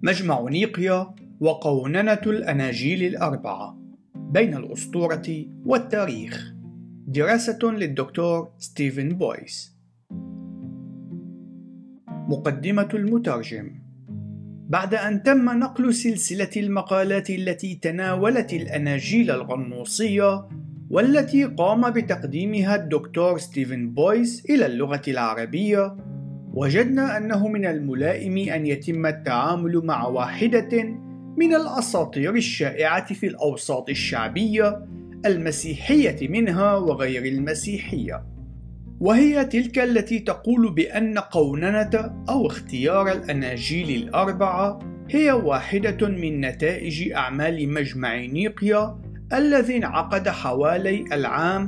مجمع نيقيا وقوننة الأناجيل الأربعة بين الأسطورة والتاريخ. دراسة للدكتور ستيفن بويس. مقدمة المترجم. بعد أن تم نقل سلسلة المقالات التي تناولت الأناجيل الغنوصية والتي قام بتقديمها الدكتور ستيفن بويس إلى اللغة العربية، وجدنا أنه من الملائم أن يتم التعامل مع واحدة من الأساطير الشائعة في الأوساط الشعبية المسيحية منها وغير المسيحية، وهي تلك التي تقول بأن قوننة أو اختيار الأناجيل الأربعة هي واحدة من نتائج أعمال مجمع نيقيا الذي انعقد حوالي العام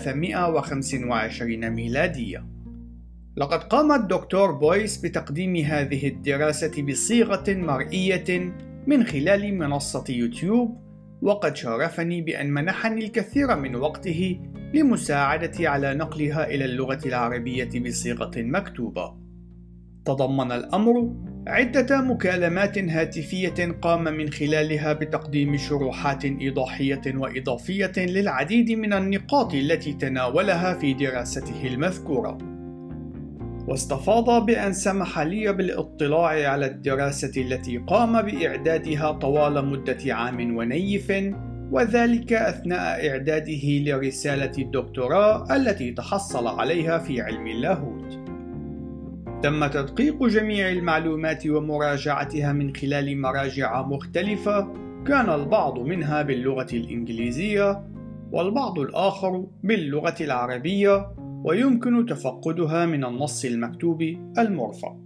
325 ميلادية. لقد قام الدكتور بويس بتقديم هذه الدراسة بصيغة مرئية من خلال منصة يوتيوب، وقد شرفني بأن منحني الكثير من وقته لمساعدتي على نقلها إلى اللغة العربية بصيغة مكتوبة. تضمن الأمر عدة مكالمات هاتفية قام من خلالها بتقديم شروحات إيضاحية وإضافية للعديد من النقاط التي تناولها في دراسته المذكورة، واستفاض بأن سمح لي بالاطلاع على الدراسة التي قام بإعدادها طوال مدة عام ونيف، وذلك أثناء إعداده لرسالة الدكتوراه التي تحصل عليها في علم اللاهوت. تم تدقيق جميع المعلومات ومراجعتها من خلال مراجع مختلفة، كان البعض منها باللغة الإنجليزية والبعض الآخر باللغة العربية، ويمكن تفقدها من النص المكتوب المرفق.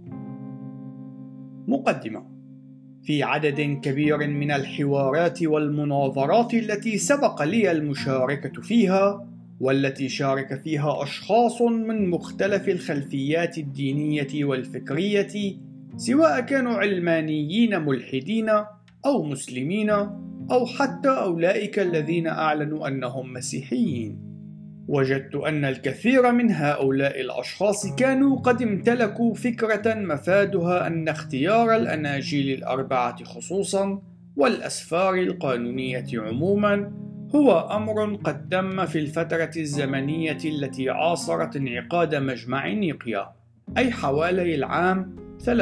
مقدمة. في عدد كبير من الحوارات والمناظرات التي سبق لي المشاركة فيها، والتي شارك فيها أشخاص من مختلف الخلفيات الدينية والفكرية، سواء كانوا علمانيين ملحدين أو مسلمين أو حتى أولئك الذين أعلنوا أنهم مسيحيين، وجدت أن الكثير من هؤلاء الأشخاص كانوا قد امتلكوا فكرة مفادها أن اختيار الأناجيل الأربعة خصوصاً والأسفار القانونية عموماً هو أمر قد تم في الفترة الزمنية التي عاصرت انعقاد مجمع نيقيا، أي حوالي العام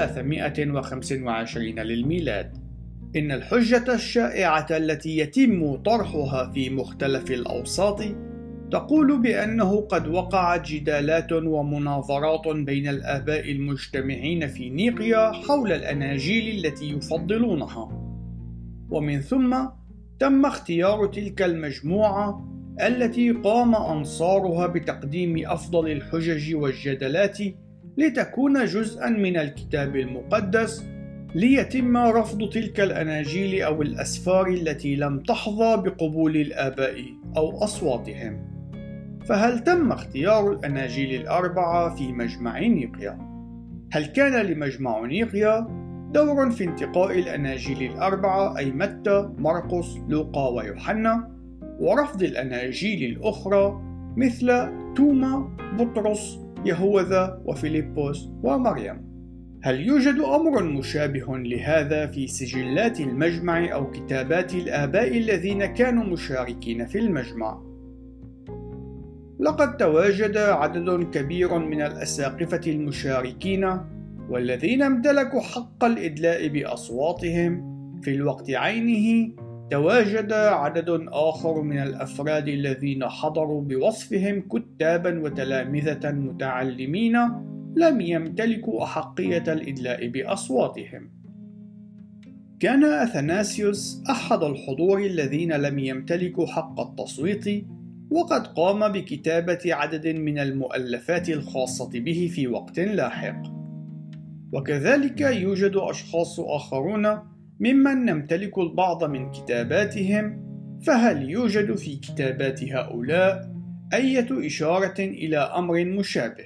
325 للميلاد. إن الحجة الشائعة التي يتم طرحها في مختلف الأوساط تقول بأنه قد وقعت جدالات ومناظرات بين الآباء المجتمعين في نيقيا حول الأناجيل التي يفضلونها، ومن ثم تم اختيار تلك المجموعة التي قام أنصارها بتقديم أفضل الحجج والجدلات لتكون جزءاً من الكتاب المقدس، ليتم رفض تلك الأناجيل أو الأسفار التي لم تحظى بقبول الآباء أو أصواتهم. فهل تم اختيار الأناجيل الأربعة في مجمع نيقيا؟ هل كان لمجمع نيقيا دور في انتقاء الأناجيل الأربعة أي متى، مرقس، لوقا ويوحنا، ورفض الأناجيل الأخرى مثل توما، بطرس، يهوذا وفيلبس ومريم؟ هل يوجد أمر مشابه لهذا في سجلات المجمع أو كتابات الآباء الذين كانوا مشاركين في المجمع؟ لقد تواجد عدد كبير من الأساقفة المشاركين والذين امتلكوا حق الإدلاء بأصواتهم. في الوقت عينه تواجد عدد آخر من الأفراد الذين حضروا بوصفهم كتابا وتلامذة متعلمين لم يمتلكوا أحقية الإدلاء بأصواتهم. كان أثناسيوس أحد الحضور الذين لم يمتلكوا حق التصويت، وقد قام بكتابة عدد من المؤلفات الخاصة به في وقت لاحق. وكذلك يوجد أشخاص آخرون ممن نمتلك البعض من كتاباتهم، فهل يوجد في كتابات هؤلاء أي إشارة إلى أمر مشابه؟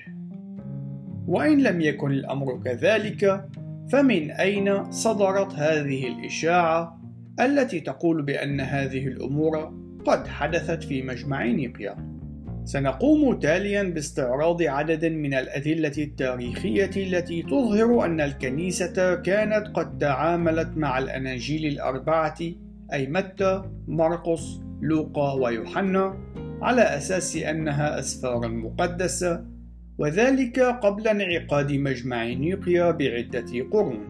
وإن لم يكن الأمر كذلك، فمن أين صدرت هذه الإشاعة التي تقول بأن هذه الأمور قد حدثت في مجمع نيقيا؟ سنقوم تاليا باستعراض عدد من الأدلة التاريخية التي تظهر أن الكنيسة كانت قد تعاملت مع الأناجيل الأربعة أي متى، مرقس، لوقا ويوحنا على أساس أنها أسفار مقدسة، وذلك قبل انعقاد مجمع نيقيا بعدة قرون.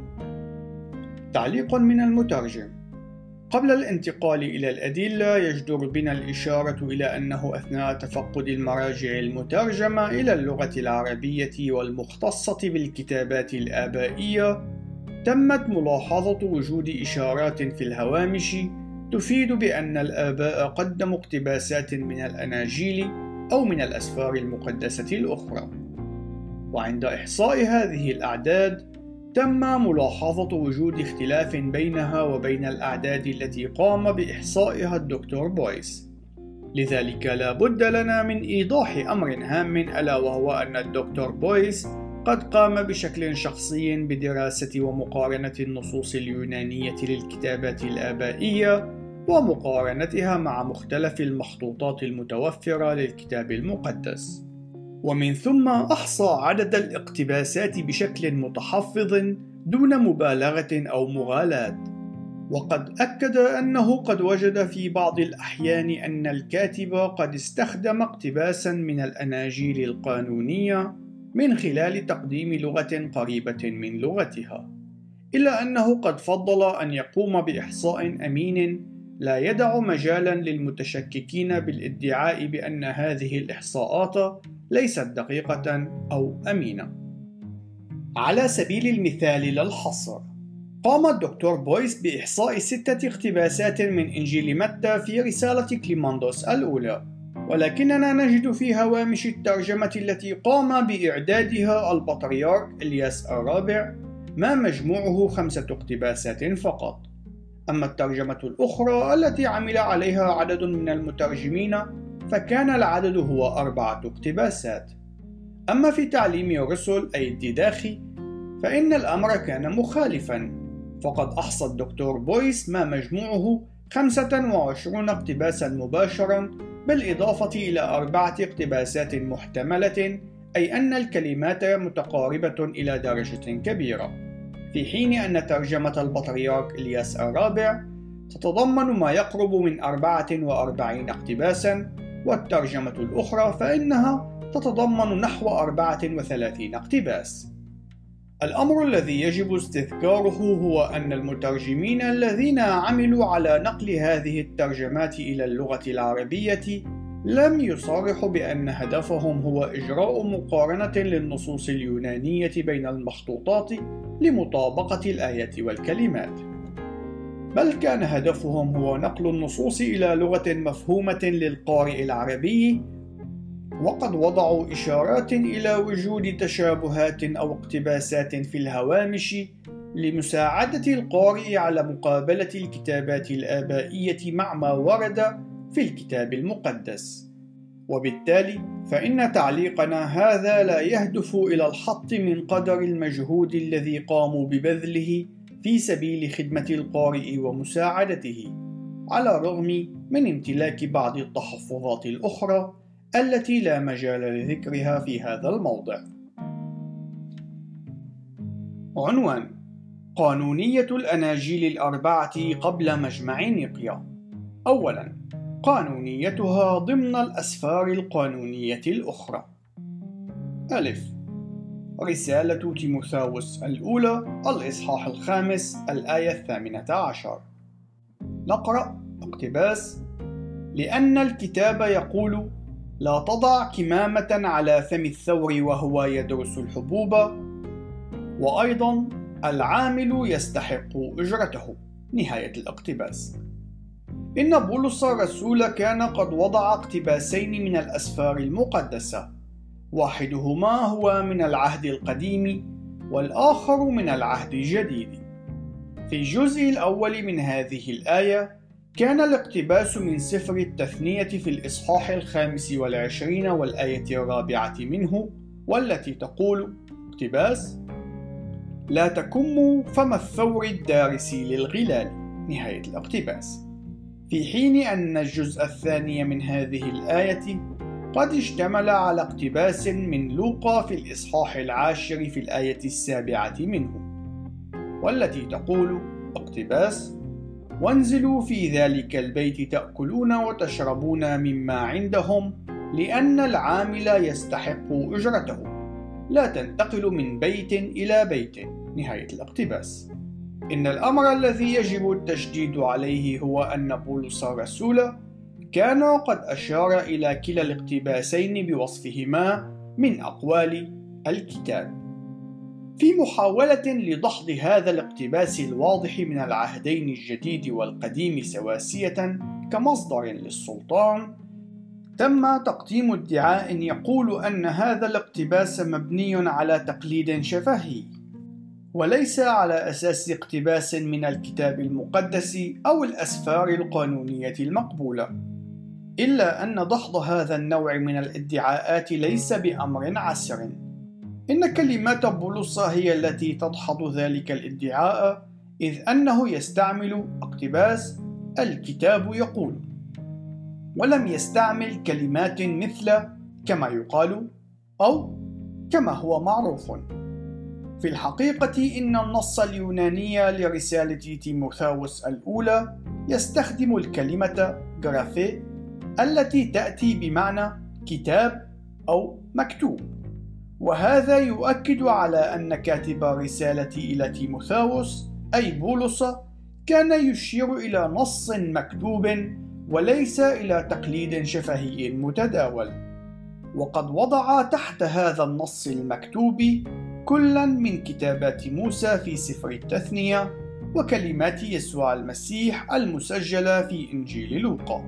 تعليق من المترجم: قبل الانتقال إلى الأدلة يجدر بنا الإشارة إلى أنه أثناء تفقد المراجع المترجمة إلى اللغة العربية والمختصة بالكتابات الآبائية تمت ملاحظة وجود إشارات في الهوامش تفيد بأن الآباء قدموا اقتباسات من الأناجيل أو من الأسفار المقدسة الأخرى. وعند إحصاء هذه الأعداد تم ملاحظة وجود اختلاف بينها وبين الأعداد التي قام بإحصائها الدكتور بويس. لذلك لا بد لنا من إيضاح أمر هام، ألا وهو أن الدكتور بويس قد قام بشكل شخصي بدراسة ومقارنة النصوص اليونانية للكتابات الآبائية ومقارنتها مع مختلف المخطوطات المتوفرة للكتاب المقدس، ومن ثم أحصى عدد الاقتباسات بشكل متحفظ دون مبالغة أو مغالاة. وقد أكد أنه قد وجد في بعض الأحيان أن الكاتب قد استخدم اقتباسا من الأناجيل القانونية من خلال تقديم لغة قريبة من لغتها، إلا أنه قد فضل أن يقوم بإحصاء أمين لا يدع مجالا للمتشككين بالادعاء بأن هذه الإحصاءات ليست دقيقة أو أمينة. على سبيل المثال للحصر، قام الدكتور بويس بإحصاء 6 اقتباسات من إنجيل متى في رسالة كليماندوس الأولى، ولكننا نجد في هوامش الترجمة التي قام بإعدادها البطريرك إلياس الرابع ما مجموعه 5 اقتباسات فقط. أما الترجمة الأخرى التي عمل عليها عدد من المترجمين فكان العدد هو 4 اقتباسات. أما في تعليم الرسل أي الديداخي فإن الأمر كان مخالفا، فقد أحصى الدكتور بويس ما مجموعه 25 اقتباسا مباشرا بالإضافة إلى 4 اقتباسات محتملة، أي أن الكلمات متقاربة إلى درجة كبيرة، في حين أن ترجمة البطريرك إلياس الرابع تتضمن ما يقرب من 44 اقتباسا، والترجمة الأخرى فإنها تتضمن نحو 34 اقتباس. الأمر الذي يجب استذكاره هو أن المترجمين الذين عملوا على نقل هذه الترجمات إلى اللغة العربية لم يصرحوا بأن هدفهم هو إجراء مقارنة للنصوص اليونانية بين المخطوطات لمطابقة الآيات والكلمات، بل كان هدفهم هو نقل النصوص إلى لغة مفهومة للقارئ العربي، وقد وضعوا إشارات إلى وجود تشابهات أو اقتباسات في الهوامش لمساعدة القارئ على مقابلة الكتابات الآبائية مع ما ورد في الكتاب المقدس. وبالتالي فإن تعليقنا هذا لا يهدف إلى الحط من قدر المجهود الذي قاموا ببذله في سبيل خدمة القارئ ومساعدته، على الرغم من امتلاك بعض التحفظات الأخرى التي لا مجال لذكرها في هذا الموضع. عنوان: قانونية الأناجيل الأربعة قبل مجمع نيقيا. أولاً، قانونيتها ضمن الأسفار القانونية الأخرى. ألف: رسالة تيموثاوس الأولى الإصحاح 5 الآية 18. نقرأ اقتباس: لأن الكتاب يقول: لا تضع كمامة على فم الثور وهو يدرس الحبوب، وأيضا العامل يستحق أجرته. نهاية الاقتباس. إن بولس الرسول كان قد وضع اقتباسين من الأسفار المقدسة، واحدهما هو من العهد القديم والآخر من العهد الجديد. في الجزء الأول من هذه الآية كان الاقتباس من سفر التثنية في الإصحاح 25 والآية 4 منه، والتي تقول اقتباس: لا تكموا فم الثور الدارس للغلال. نهاية الاقتباس. في حين أن الجزء الثاني من هذه الآية قد اشتمل على اقتباس من لوقا في الإصحاح 10 في الآية 7 منه، والتي تقول اقتباس: وانزلوا في ذلك البيت تأكلون وتشربون مما عندهم، لأن العامل يستحق أجرته، لا تنتقلوا من بيت إلى بيت. نهاية الاقتباس. إن الأمر الذي يجب التشديد عليه هو أن بولس الرسول كان قد أشار إلى كلا الاقتباسين بوصفهما من أقوال الكتاب. في محاولة لدحض هذا الاقتباس الواضح من العهدين الجديد والقديم سواسية كمصدر للسلطان، تم تقديم ادعاء يقول أن هذا الاقتباس مبني على تقليد شفهي، وليس على أساس اقتباس من الكتاب المقدس أو الأسفار القانونية المقبولة. إلا أن دحض هذا النوع من الادعاءات ليس بأمر عسر. إن كلمات بولس هي التي تدحض ذلك الادعاء، إذ أنه يستعمل اقتباس الكتاب يقول، ولم يستعمل كلمات مثل كما يقال أو كما هو معروف. في الحقيقة إن النص اليوناني لرسالة تيموثاوس الأولى يستخدم الكلمة جرافي التي تأتي بمعنى كتاب أو مكتوب، وهذا يؤكد على أن كاتب الرسالة إلى تيموثاوس أي بولس كان يشير إلى نص مكتوب وليس إلى تقليد شفهي متداول. وقد وضع تحت هذا النص المكتوب كلا من كتابات موسى في سفر التثنية وكلمات يسوع المسيح المسجلة في إنجيل لوقا.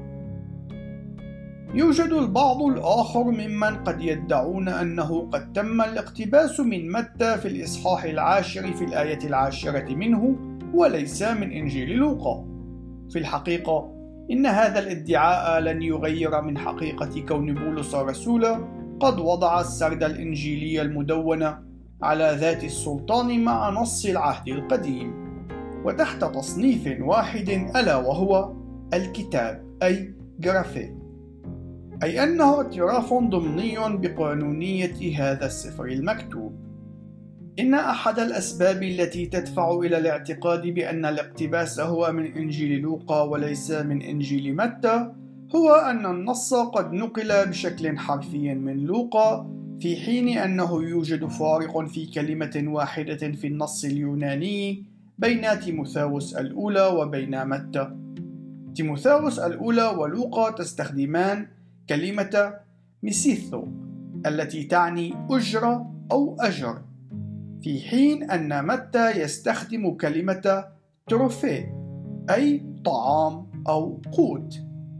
يوجد البعض الآخر ممن قد يدعون أنه قد تم الاقتباس من متى في الإصحاح 10 في الآية 10 منه وليس من إنجيل لوقا. في الحقيقة إن هذا الادعاء لن يغير من حقيقة كون بولس الرسول قد وضع السرد الإنجيلي المدون على ذات السلطان مع نص العهد القديم، وتحت تصنيف واحد ألا وهو الكتاب أي جرافي، أي أنه اعتراف ضمني بقانونية هذا السفر المكتوب. إن أحد الأسباب التي تدفع إلى الاعتقاد بأن الاقتباس هو من إنجيل لوقا وليس من إنجيل متى هو أن النص قد نقل بشكل حرفي من لوقا، في حين أنه يوجد فارق في كلمة واحدة في النص اليوناني بين تيموثاوس الأولى وبين متى. تيموثاوس الأولى ولوقا تستخدمان كلمة ميسيثو التي تعني أجرة أو أجر، في حين أن متى يستخدم كلمة تروفي أي طعام أو قوت.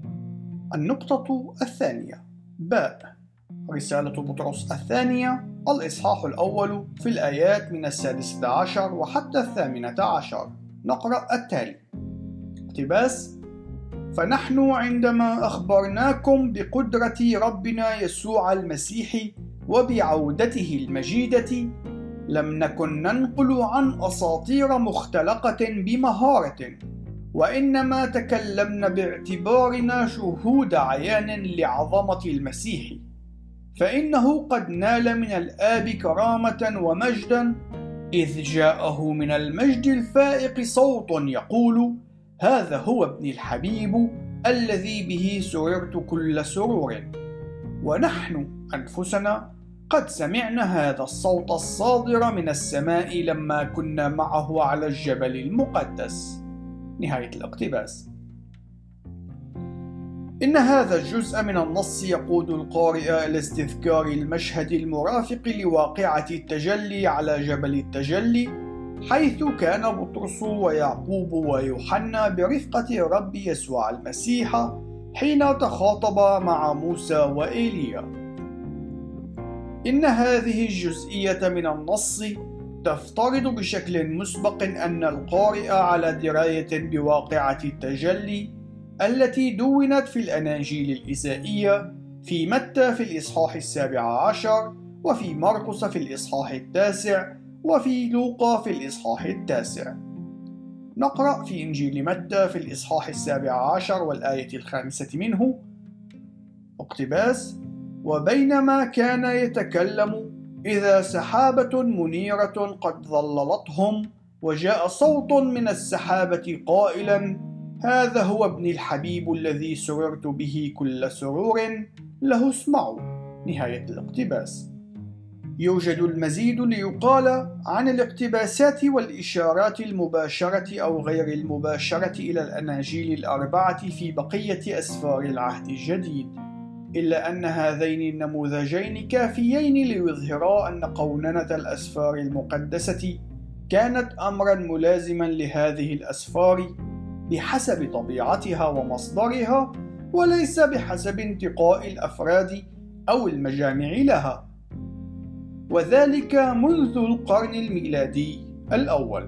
النقطة الثانية باء رسالة بطرس الثانية الإصحاح الأول في الآيات من 16 وحتى 18. نقرأ التالي: اقتباس: فنحن عندما أخبرناكم بقدرة ربنا يسوع المسيح وبعودته المجيدة لم نكن ننقل عن أساطير مختلقة بمهارة، وإنما تكلمنا باعتبارنا شهود عيان لعظمة المسيح، فإنه قد نال من الآب كرامة ومجدا، إذ جاءه من المجد الفائق صوت يقول: هذا هو ابني الحبيب الذي به سررت كل سرور. ونحن أنفسنا قد سمعنا هذا الصوت الصادر من السماء لما كنا معه على الجبل المقدس. نهاية الاقتباس. إن هذا الجزء من النص يقود القارئ إلى استذكار المشهد المرافق لواقعة التجلي على جبل التجلي، حيث كان بطرس ويعقوب ويوحنا برفقة رب يسوع المسيح حين تخاطب مع موسى وإيليا. إن هذه الجزئية من النص تفترض بشكل مسبق أن القارئ على دراية بواقعة التجلي التي دونت في الأناجيل الإسائية في متى في الإصحاح 17، وفي مرقس في الإصحاح 9، وفي لوقا في الإصحاح 9. نقرأ في إنجيل متى في الإصحاح 17 والآية 5 منه: اقتباس: وبينما كان يتكلم إذا سحابة منيرة قد ظللتهم، وجاء صوت من السحابة قائلا: هذا هو ابني الحبيب الذي سررت به كل سرور، له اسمعوا. نهاية الاقتباس. يوجد المزيد ليقال عن الاقتباسات والإشارات المباشرة أو غير المباشرة إلى الأناجيل الأربعة في بقية أسفار العهد الجديد، إلا أن هذين النموذجين كافيين ليظهرا أن قوننة الأسفار المقدسة كانت أمرا ملازما لهذه الأسفار بحسب طبيعتها ومصدرها، وليس بحسب انتقاء الأفراد أو المجامع لها، وذلك منذ القرن الميلادي الأول.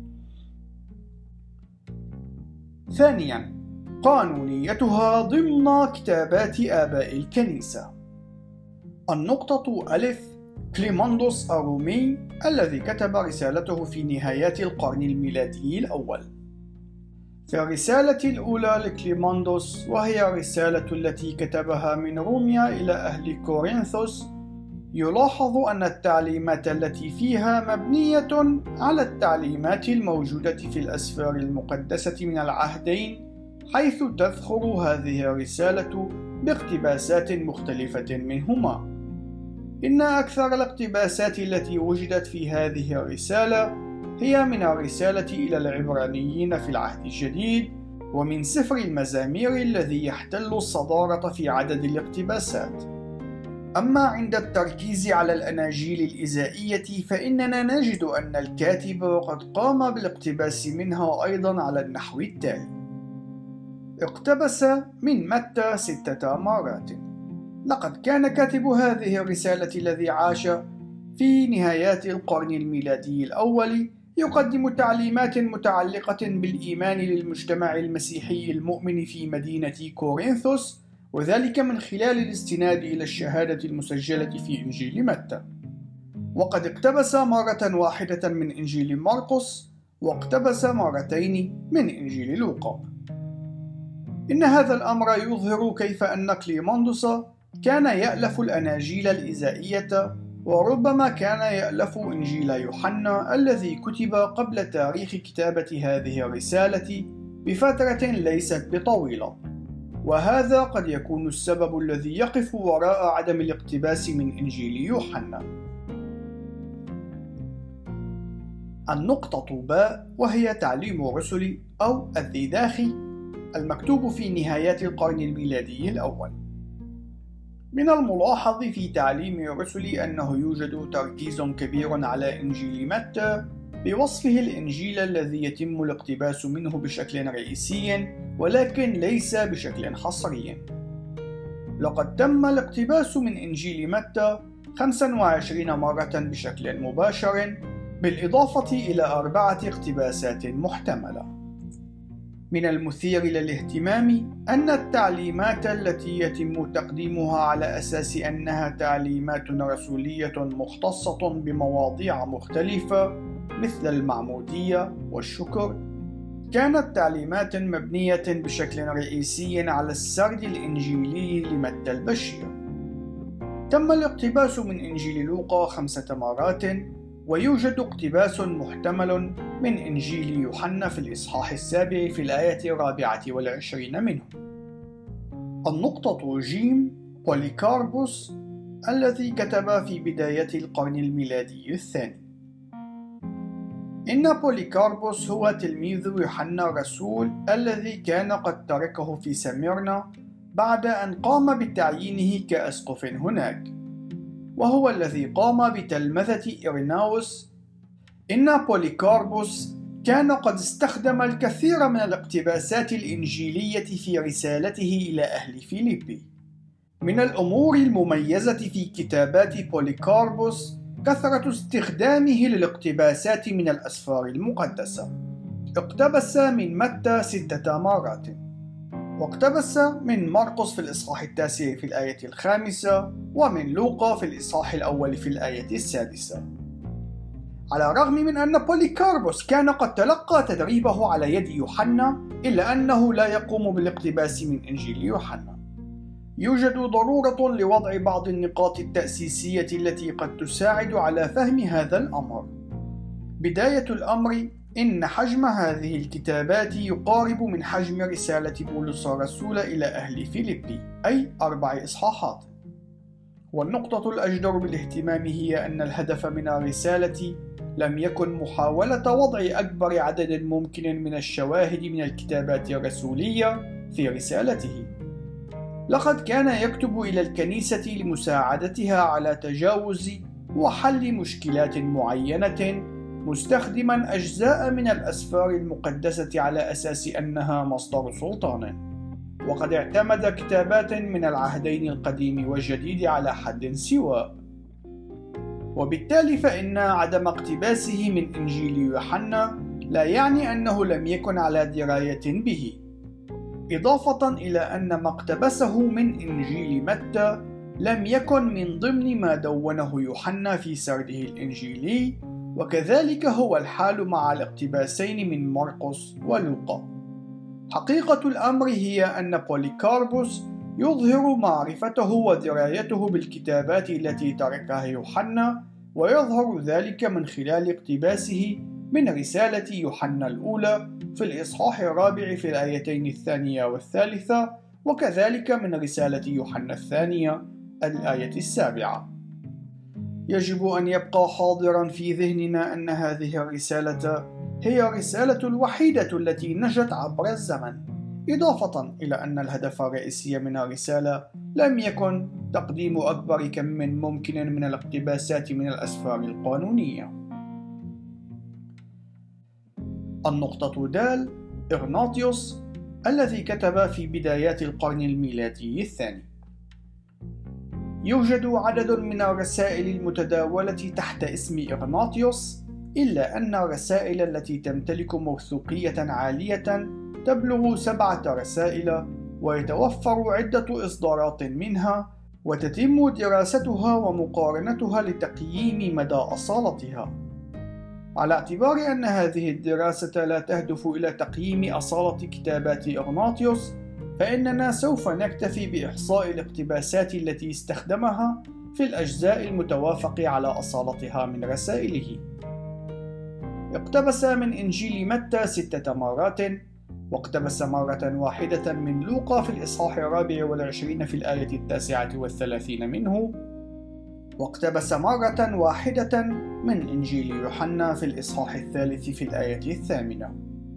ثانياً، قانونيتها ضمن كتابات آباء الكنيسة. النقطة ألف: كليماندوس الرومي الذي كتب رسالته في نهايات القرن الميلادي الأول. في الرسالة الأولى لكليماندوس، وهي الرسالة التي كتبها من روميا إلى أهل كورنثوس، يلاحظ أن التعليمات التي فيها مبنية على التعليمات الموجودة في الأسفار المقدسة من العهدين، حيث تذخر هذه الرسالة باقتباسات مختلفة منهما. إن أكثر الاقتباسات التي وجدت في هذه الرسالة هي من الرسالة إلى العبرانيين في العهد الجديد، ومن سفر المزامير الذي يحتل الصدارة في عدد الاقتباسات. أما عند التركيز على الأناجيل الإزائية، فإننا نجد أن الكاتب قد قام بالاقتباس منها أيضا على النحو التالي: اقتبس من متى 6 مرات. لقد كان كاتب هذه الرسالة الذي عاش في نهايات القرن الميلادي الأول يقدم تعليمات متعلقة بالإيمان للمجتمع المسيحي المؤمن في مدينة كورنثوس، وذلك من خلال الاستناد إلى الشهادة المسجلة في إنجيل متى. وقد اقتبس مرة واحدة من إنجيل مرقس، واقتبس مرتين من إنجيل لوقا. إن هذا الأمر يظهر كيف أن كليماندوس كان يألف الأناجيل الإزائية، وربما كان يألف إنجيل يوحنا الذي كتب قبل تاريخ كتابة هذه الرسالة بفترة ليست بطويلة، وهذا قد يكون السبب الذي يقف وراء عدم الاقتباس من إنجيل يوحنا. النقطة باء، وهي تعليم الرسل أو الديداخي المكتوب في نهايات القرن الميلادي الأول. من الملاحظ في تعليم الرسل أنه يوجد تركيز كبير على إنجيل متى بوصفه الإنجيل الذي يتم الاقتباس منه بشكل رئيسي، ولكن ليس بشكل حصري. لقد تم الاقتباس من إنجيل متى 25 مرة بشكل مباشر، بالإضافة إلى 4 اقتباسات محتملة. من المثير للاهتمام أن التعليمات التي يتم تقديمها على أساس أنها تعليمات رسولية مختصة بمواضيع مختلفة مثل المعمودية والشكر، كانت تعليمات مبنية بشكل رئيسي على السرد الإنجيلي لمتى البشير. تم الاقتباس من إنجيل لوقا 5 مرات، ويوجد اقتباس محتمل من إنجيل يوحنا في الإصحاح 7 في الآية 24 منه. النقطة جيم: بوليكاربوس الذي كتب في بداية القرن الميلادي الثاني. إن بوليكاربوس هو تلميذ يوحنا الرسول الذي كان قد تركه في سميرنا بعد أن قام بتعيينه كأسقف هناك، وهو الذي قام بتلمذة إيريناوس. إن بوليكاربوس كان قد استخدم الكثير من الاقتباسات الإنجيلية في رسالته إلى أهل فيليبي. من الأمور المميزة في كتابات بوليكاربوس كثرة استخدامه للاقتباسات من الأسفار المقدسة. اقتبس من متى 6 مرات، واقتبس من مرقس في الإصحاح 9 في الآية 5، ومن لوقا في الإصحاح 1 في الآية 6. على الرغم من أن بوليكاربوس كان قد تلقى تدريبه على يد يوحنا، إلا أنه لا يقوم بالاقتباس من إنجيل يوحنا. يوجد ضرورة لوضع بعض النقاط التأسيسية التي قد تساعد على فهم هذا الأمر. بداية الأمر إن حجم هذه الكتابات يقارب من حجم رسالة بولس الرسول إلى أهل فيليبي، أي 4 إصحاحات. والنقطة الأجدر بالاهتمام هي أن الهدف من الرسالة لم يكن محاولة وضع أكبر عدد ممكن من الشواهد من الكتابات الرسولية في رسالته. لقد كان يكتب إلى الكنيسة لمساعدتها على تجاوز وحل مشكلات معينة، مستخدما أجزاء من الأسفار المقدسة على أساس أنها مصدر سلطان. وقد اعتمد كتابات من العهدين القديم والجديد على حد سواء. وبالتالي فإن عدم اقتباسه من إنجيل يوحنا لا يعني أنه لم يكن على دراية به، إضافة إلى أن ما اقتبسه من إنجيل متى لم يكن من ضمن ما دونه يوحنا في سرده الإنجيلي، وكذلك هو الحال مع الاقتباسين من مرقس ولوقا. حقيقة الأمر هي أن بوليكاربوس يظهر معرفته ودرايته بالكتابات التي تركها يوحنا، ويظهر ذلك من خلال اقتباسه من رسالة يوحنا الأولى في الإصحاح 4 في الآيتين 2 و3، وكذلك من رسالة يوحنا الثانية الآية 7. يجب أن يبقى حاضرا في ذهننا أن هذه الرسالة هي الرسالة الوحيدة التي نجت عبر الزمن، إضافة إلى أن الهدف الرئيسي من الرسالة لم يكن تقديم أكبر كم ممكن من الاقتباسات من الأسفار القانونية. النقطة د: إغناطيوس الذي كتب في بدايات القرن الميلادي الثاني. يوجد عدد من الرسائل المتداولة تحت اسم إغناطيوس، إلا أن الرسائل التي تمتلك موثوقية عالية تبلغ 7 رسائل، ويتوفر عدة إصدارات منها، وتتم دراستها ومقارنتها لتقييم مدى أصالتها. على اعتبار أن هذه الدراسة لا تهدف إلى تقييم أصالة كتابات إغناطيوس، فإننا سوف نكتفي بإحصاء الاقتباسات التي استخدمها في الأجزاء المتوافق على أصالتها من رسائله. اقتبس من إنجيل متى 6 مرات، واقتبس مرة واحدة من لوقا في الإصحاح 24 في الآية 39 منه، واقتبس مرة واحدة من إنجيل يوحنا في الإصحاح 3 في الآية 8.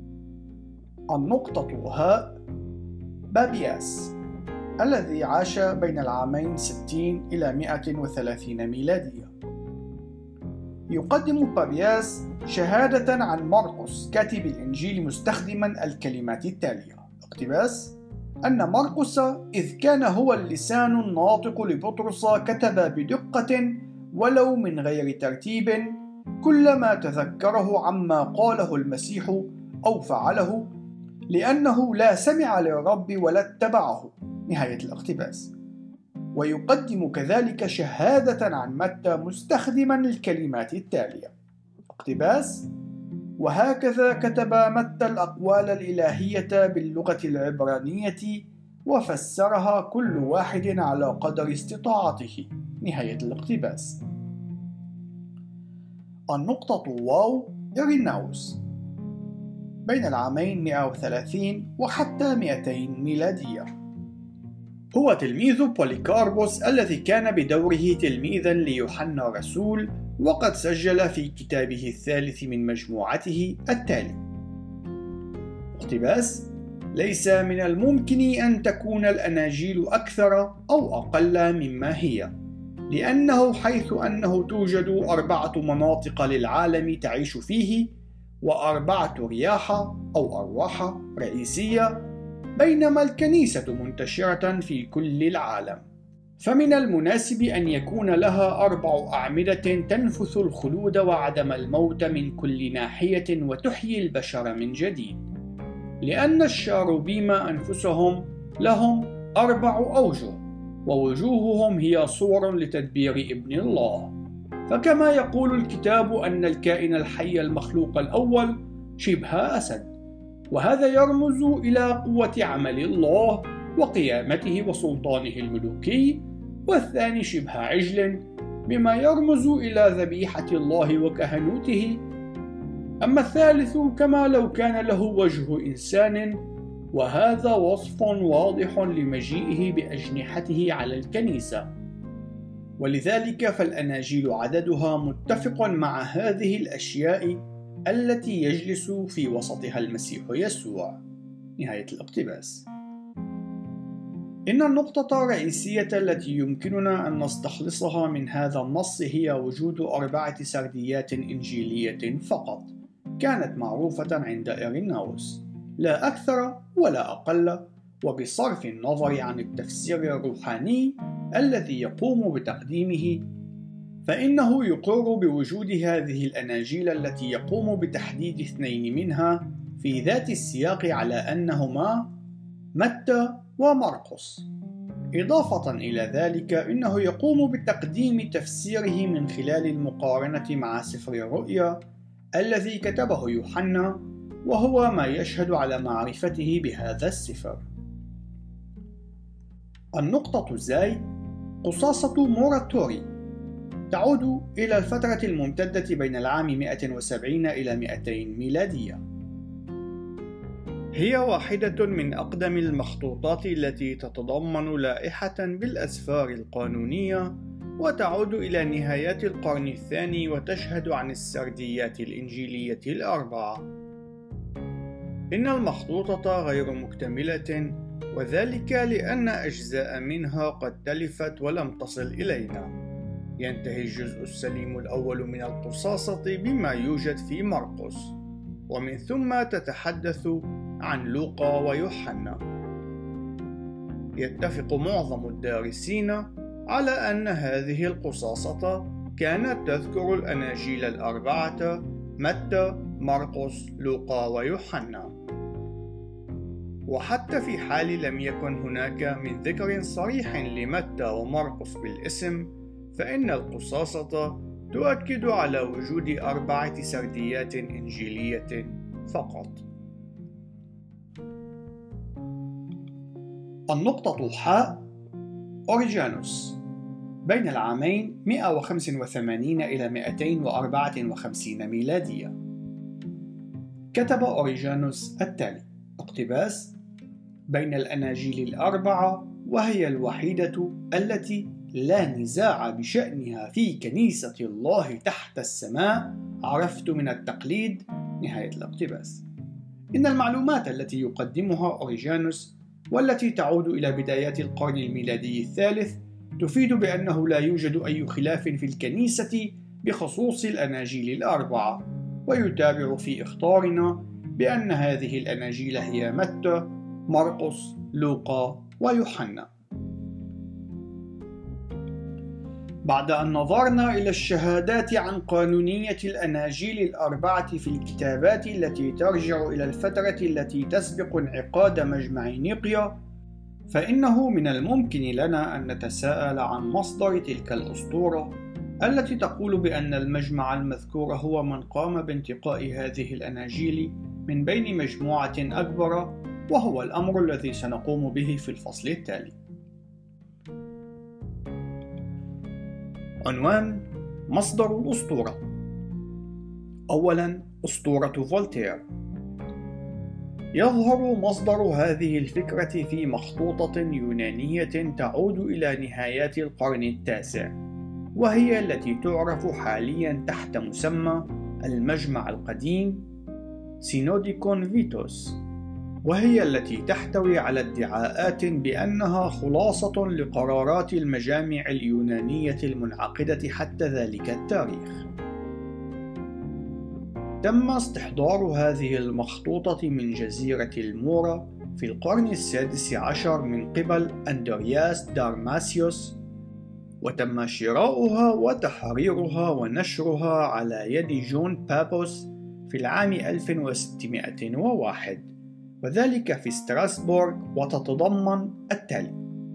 النقطة ه: بابياس الذي عاش بين العامين 60 إلى 130 ميلادية. يقدم بابياس شهادة عن مرقس كاتب الإنجيل مستخدما الكلمات التالية. اقتباس: أن مرقس إذ كان هو اللسان الناطق لبطرس كتب بدقة ولو من غير ترتيب كل ما تذكره عما قاله المسيح أو فعله، لأنه لا سمع للرب ولا اتبعه. نهاية الاقتباس. ويقدم كذلك شهادة عن متى مستخدما الكلمات التالية. اقتباس: وهكذا كتب متى الأقوال الإلهية باللغة العبرانية وفسرها كل واحد على قدر استطاعته. نهاية الاقتباس. النقطة واو: إيريناوس بين العامين 130 وحتى 200 ميلادية. هو تلميذ بوليكاربوس الذي كان بدوره تلميذا ليوحنا الرسول، وقد سجل في كتابه الثالث من مجموعته التالي. اقتباس: ليس من الممكن أن تكون الأناجيل أكثر أو أقل مما هي، لأنه حيث أنه توجد 4 مناطق للعالم تعيش فيه، و4 رياح أو أرواح رئيسية، بينما الكنيسة منتشرة في كل العالم، فمن المناسب أن يكون لها 4 أعمدة تنفث الخلود وعدم الموت من كل ناحية وتحيي البشر من جديد، لأن الشاروبيم أنفسهم لهم 4 أوجه، ووجوههم هي صور لتدبير ابن الله. فكما يقول الكتاب أن الكائن الحي المخلوق الأول شبه أسد، وهذا يرمز إلى قوة عمل الله وقيامته وسلطانه الملوكي، والثاني شبه عجل بما يرمز إلى ذبيحة الله وكهنوته. أما الثالث كما لو كان له وجه إنسان، وهذا وصف واضح لمجيئه بأجنحته على الكنيسة. ولذلك فالأناجيل عددها متفق مع هذه الأشياء التي يجلس في وسطها المسيح يسوع. نهاية الاقتباس. إن النقطة الرئيسية التي يمكننا أن نستخلصها من هذا النص هي وجود 4 سرديات إنجيلية فقط كانت معروفة عند إيريناوس، لا أكثر ولا أقل، وبصرف النظر عن التفسير الروحاني الذي يقوم بتقديمه، فإنه يقر بوجود هذه الأناجيل التي يقوم بتحديد 2 منها في ذات السياق على أنهما متى ومرقس. إضافة إلى ذلك إنه يقوم بتقديم تفسيره من خلال المقارنة مع سفر الرؤيا الذي كتبه يوحنا، وهو ما يشهد على معرفته بهذا السفر. النقطة زي قصاصة موراتوري تعود إلى الفترة الممتدة بين العام 170 إلى 200 ميلادية. هي واحدة من أقدم المخطوطات التي تتضمن لائحة بالأسفار القانونية، وتعود إلى نهايات القرن الثاني وتشهد عن السرديات الإنجيلية ال4. إن المخطوطة غير مكتملة، وذلك لأن أجزاء منها قد تلفت ولم تصل إلينا. ينتهي الجزء السليم الأول من القصاصة بما يوجد في مرقس، ومن ثم تتحدث عن لوقا ويوحنا. يتفق معظم الدارسين على أن هذه القصاصة كانت تذكر الأناجيل ال4 متى، مرقس، لوقا ويوحنا. وحتى في حال لم يكن هناك من ذكر صريح لمتى ومرقس بالاسم، فإن القصاصة تؤكد على وجود 4 سرديات إنجيلية فقط. النقطة حاء أوريجانوس بين العامين 185 إلى 254 ميلادية. كتب أوريجانوس التالي: اقتباس: بين الأناجيل ال4 وهي الوحيدة التي لا نزاع بشأنها في كنيسة الله تحت السماء عرفت من التقليد. نهاية الاقتباس. إن المعلومات التي يقدمها أوريجانوس والتي تعود إلى بدايات القرن الميلادي الثالث تفيد بأنه لا يوجد أي خلاف في الكنيسة بخصوص الأناجيل ال4، ويتابع في إخطارنا بأن هذه الأناجيل هي متى، مرقس، لوقا ويوحنا. بعد أن نظرنا إلى الشهادات عن قانونية الأناجيل ال4 في الكتابات التي ترجع إلى الفترة التي تسبق انعقاد مجمع نيقيا، فإنه من الممكن لنا أن نتساءل عن مصدر تلك الأسطورة التي تقول بأن المجمع المذكور هو من قام بانتقاء هذه الأناجيل من بين مجموعة أكبر، وهو الأمر الذي سنقوم به في الفصل التالي. عنوان: مصدر الأسطورة. أولاً، أسطورة فولتير. يظهر مصدر هذه الفكرة في مخطوطة يونانية تعود إلى نهايات القرن التاسع، وهي التي تعرف حالياً تحت مسمى المجمع القديم سينوديكون فيتوس، وهي التي تحتوي على ادعاءات بأنها خلاصة لقرارات المجامع اليونانية المنعقدة حتى ذلك التاريخ. تم استحضار هذه المخطوطة من جزيرة المورا في القرن السادس عشر من قبل أندرياس دارماسيوس، وتم شراؤها وتحريرها ونشرها على يد جون بابوس في العام 1601، وذلك في ستراسبورغ، وتتضمن التالي: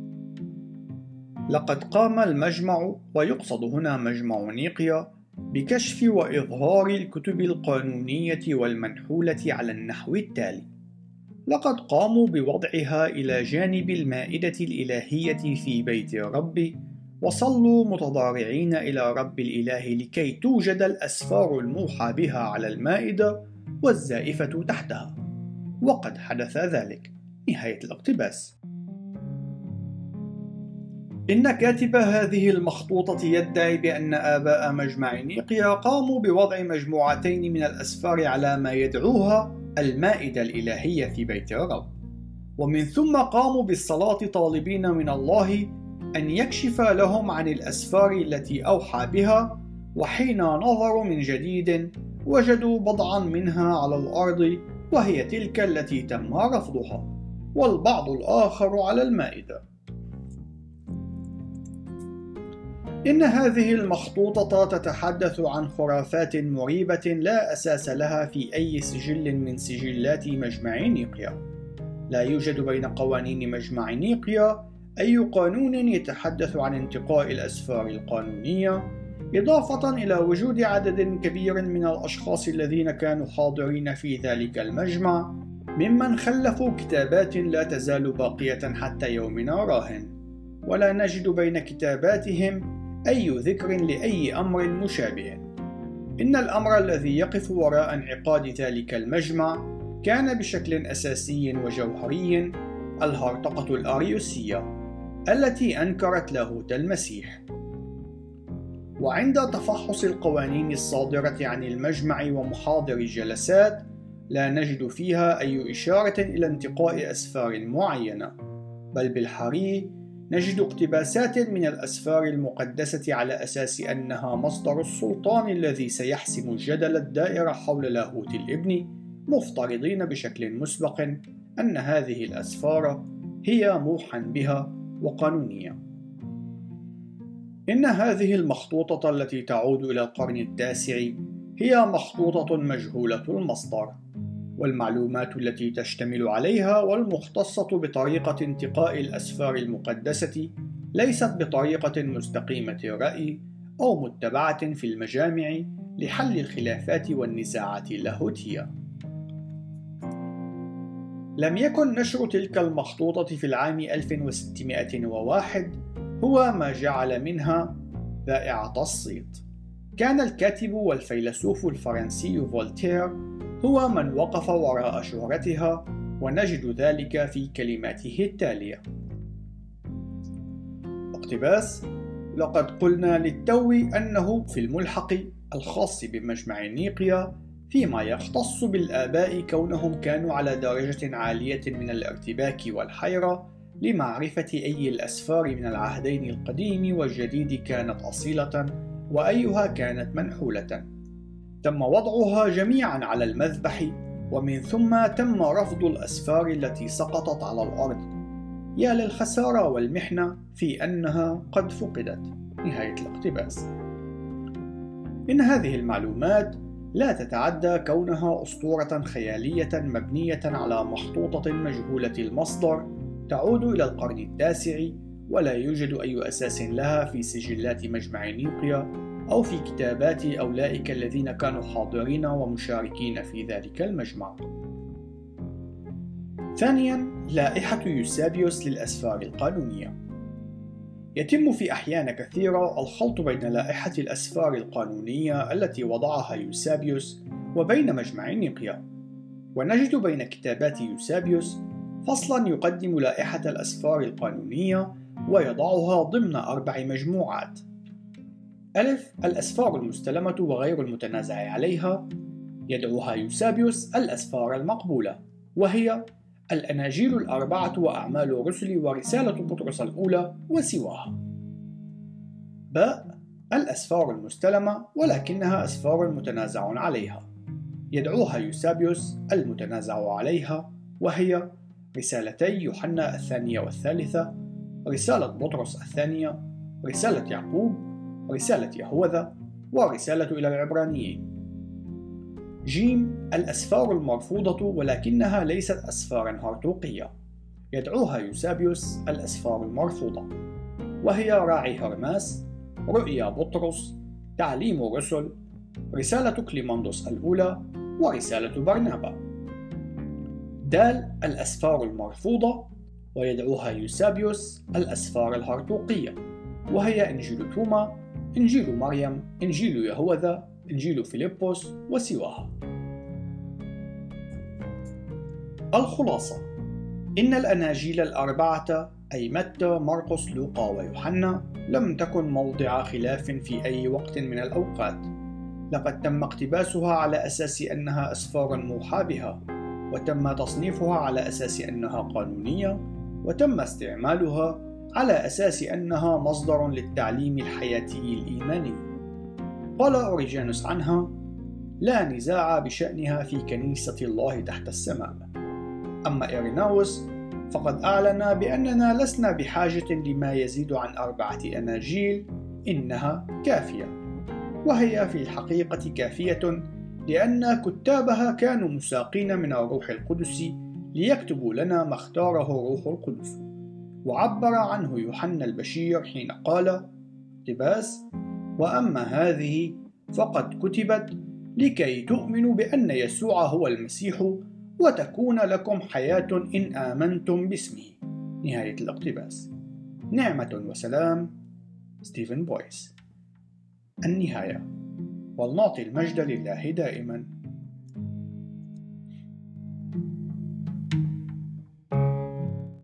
لقد قام المجمع، ويقصد هنا مجمع نيقيا، بكشف وإظهار الكتب القانونية والمنحولة على النحو التالي: لقد قاموا بوضعها إلى جانب المائدة الإلهية في بيت الرب، وصلوا متضارعين إلى رب الإله لكي توجد الأسفار الموحى بها على المائدة والزائفة تحتها، وقد حدث ذلك. نهاية الاقتباس. إن كاتب هذه المخطوطة يدعي بأن آباء مجمع نيقيا قاموا بوضع مجموعتين من الأسفار على ما يدعوها المائدة الإلهية في بيت الرب، ومن ثم قاموا بالصلاة طالبين من الله أن يكشف لهم عن الأسفار التي أوحى بها، وحين نظروا من جديد وجدوا بضعا منها على الأرض، وهي تلك التي تم رفضها، والبعض الآخر على المائدة. إن هذه المخطوطة تتحدث عن خرافات مريبة لا أساس لها في أي سجل من سجلات مجمع نيقيا. لا يوجد بين قوانين مجمع نيقيا أي قانون يتحدث عن انتقاء الأسفار القانونية، إضافة إلى وجود عدد كبير من الأشخاص الذين كانوا حاضرين في ذلك المجمع، ممن خلفوا كتابات لا تزال باقية حتى يومنا راهن، ولا نجد بين كتاباتهم أي ذكر لأي أمر مشابه. إن الأمر الذي يقف وراء انعقاد ذلك المجمع كان بشكل أساسي وجوهري الهرطقة الأريوسية التي أنكرت لاهوت المسيح. وعند تفحص القوانين الصادرة عن المجمع ومحاضر الجلسات لا نجد فيها أي إشارة إلى انتقاء أسفار معينة، بل بالحري نجد اقتباسات من الأسفار المقدسة على أساس أنها مصدر السلطان الذي سيحسم الجدل الدائر حول لاهوت الابن، مفترضين بشكل مسبق أن هذه الأسفار هي موحى بها وقانونية. إن هذه المخطوطة التي تعود إلى القرن التاسع هي مخطوطة مجهولة المصدر، والمعلومات التي تشتمل عليها والمختصة بطريقة انتقاء الأسفار المقدسة ليست بطريقة مستقيمة الرأي أو متبعة في المجامع لحل الخلافات والنزاعات اللاهوتية. لم يكن نشر تلك المخطوطة في العام 1601 هو ما جعل منها ذائعة الصيت. كان الكاتب والفيلسوف الفرنسي فولتير هو من وقف وراء شهرتها، ونجد ذلك في كلماته التالية: اقتباس: لقد قلنا للتو أنه في الملحق الخاص بمجمع نيقيا فيما يختص بالآباء كونهم كانوا على درجة عالية من الارتباك والحيرة لمعرفة أي الأسفار من العهدين القديم والجديد كانت أصيلة وأيها كانت منحولة. تم وضعها جميعا على المذبح، ومن ثم تم رفض الأسفار التي سقطت على الأرض. يا للخسارة والمحنة في أنها قد فقدت. نهاية الاقتباس. إن هذه المعلومات لا تتعدى كونها أسطورة خيالية مبنية على مخطوطة مجهولة المصدر تعود إلى القرن التاسع، ولا يوجد أي أساس لها في سجلات مجمع نيقيا أو في كتابات أولئك الذين كانوا حاضرين ومشاركين في ذلك المجمع. ثانياً، لائحة يوسابيوس للأسفار القانونية. يتم في أحيان كثيرة الخلط بين لائحة الأسفار القانونية التي وضعها يوسابيوس وبين مجمع نيقيا، ونجد بين كتابات يوسابيوس فصلاً يقدم لائحة الأسفار القانونية ويضعها ضمن 4 مجموعات: ألف، الأسفار المستلمة وغير المتنازع عليها، يدعوها يوسابيوس الأسفار المقبولة، وهي الأناجيل 4 وأعمال الرسل ورسالة بطرس الأولى وسواها. باء، الأسفار المستلمة ولكنها أسفار متنازع عليها، يدعوها يوسابيوس المتنازع عليها، وهي رسالتي يوحنا 2 و3، رسالة بطرس 2، رسالة يعقوب، رسالة يهوذا، ورسالة إلى العبرانيين. جيم، الأسفار المرفوضة ولكنها ليست أسفارا هرطوقية، يدعوها يوسابيوس الأسفار المرفوضة، وهي راعي هرماس، رؤيا بطرس، تعليم الرسل، رسالة كليماندوس الأولى، ورسالة برنابا. الأسفار المرفوضة، ويدعوها يوسابيوس الأسفار الهرطوقية، وهي إنجيل توما، إنجيل مريم، إنجيل يهوذا، إنجيل فيلبس وسواها. الخلاصة: إن الأناجيل الأربعة أي متى، مرقس، لوقا ويوحنا لم تكن موضع خلاف في أي وقت من الأوقات. لقد تم اقتباسها على أساس أنها أسفار موحى بها، وتم تصنيفها على أساس أنها قانونية، وتم استعمالها على أساس أنها مصدر للتعليم الحياتي الإيماني. قال أوريجانوس عنها: لا نزاع بشأنها في كنيسة الله تحت السماء. أما إيريناوس فقد أعلن بأننا لسنا بحاجة لما يزيد عن 4 أناجيل، إنها كافية. وهي في الحقيقة كافية، لأن كتابها كانوا مساقين من الروح القدس ليكتبوا لنا ما اختاره روح القدس. وعبر عنه يوحنا البشير حين قال اقتباس: وأما هذه فقد كتبت لكي تؤمنوا بأن يسوع هو المسيح وتكون لكم حياة إن آمنتم باسمه. نهاية الاقتباس. نعمة وسلام، ستيفن بويس. النهاية. ولنعطي المجد لله دائما.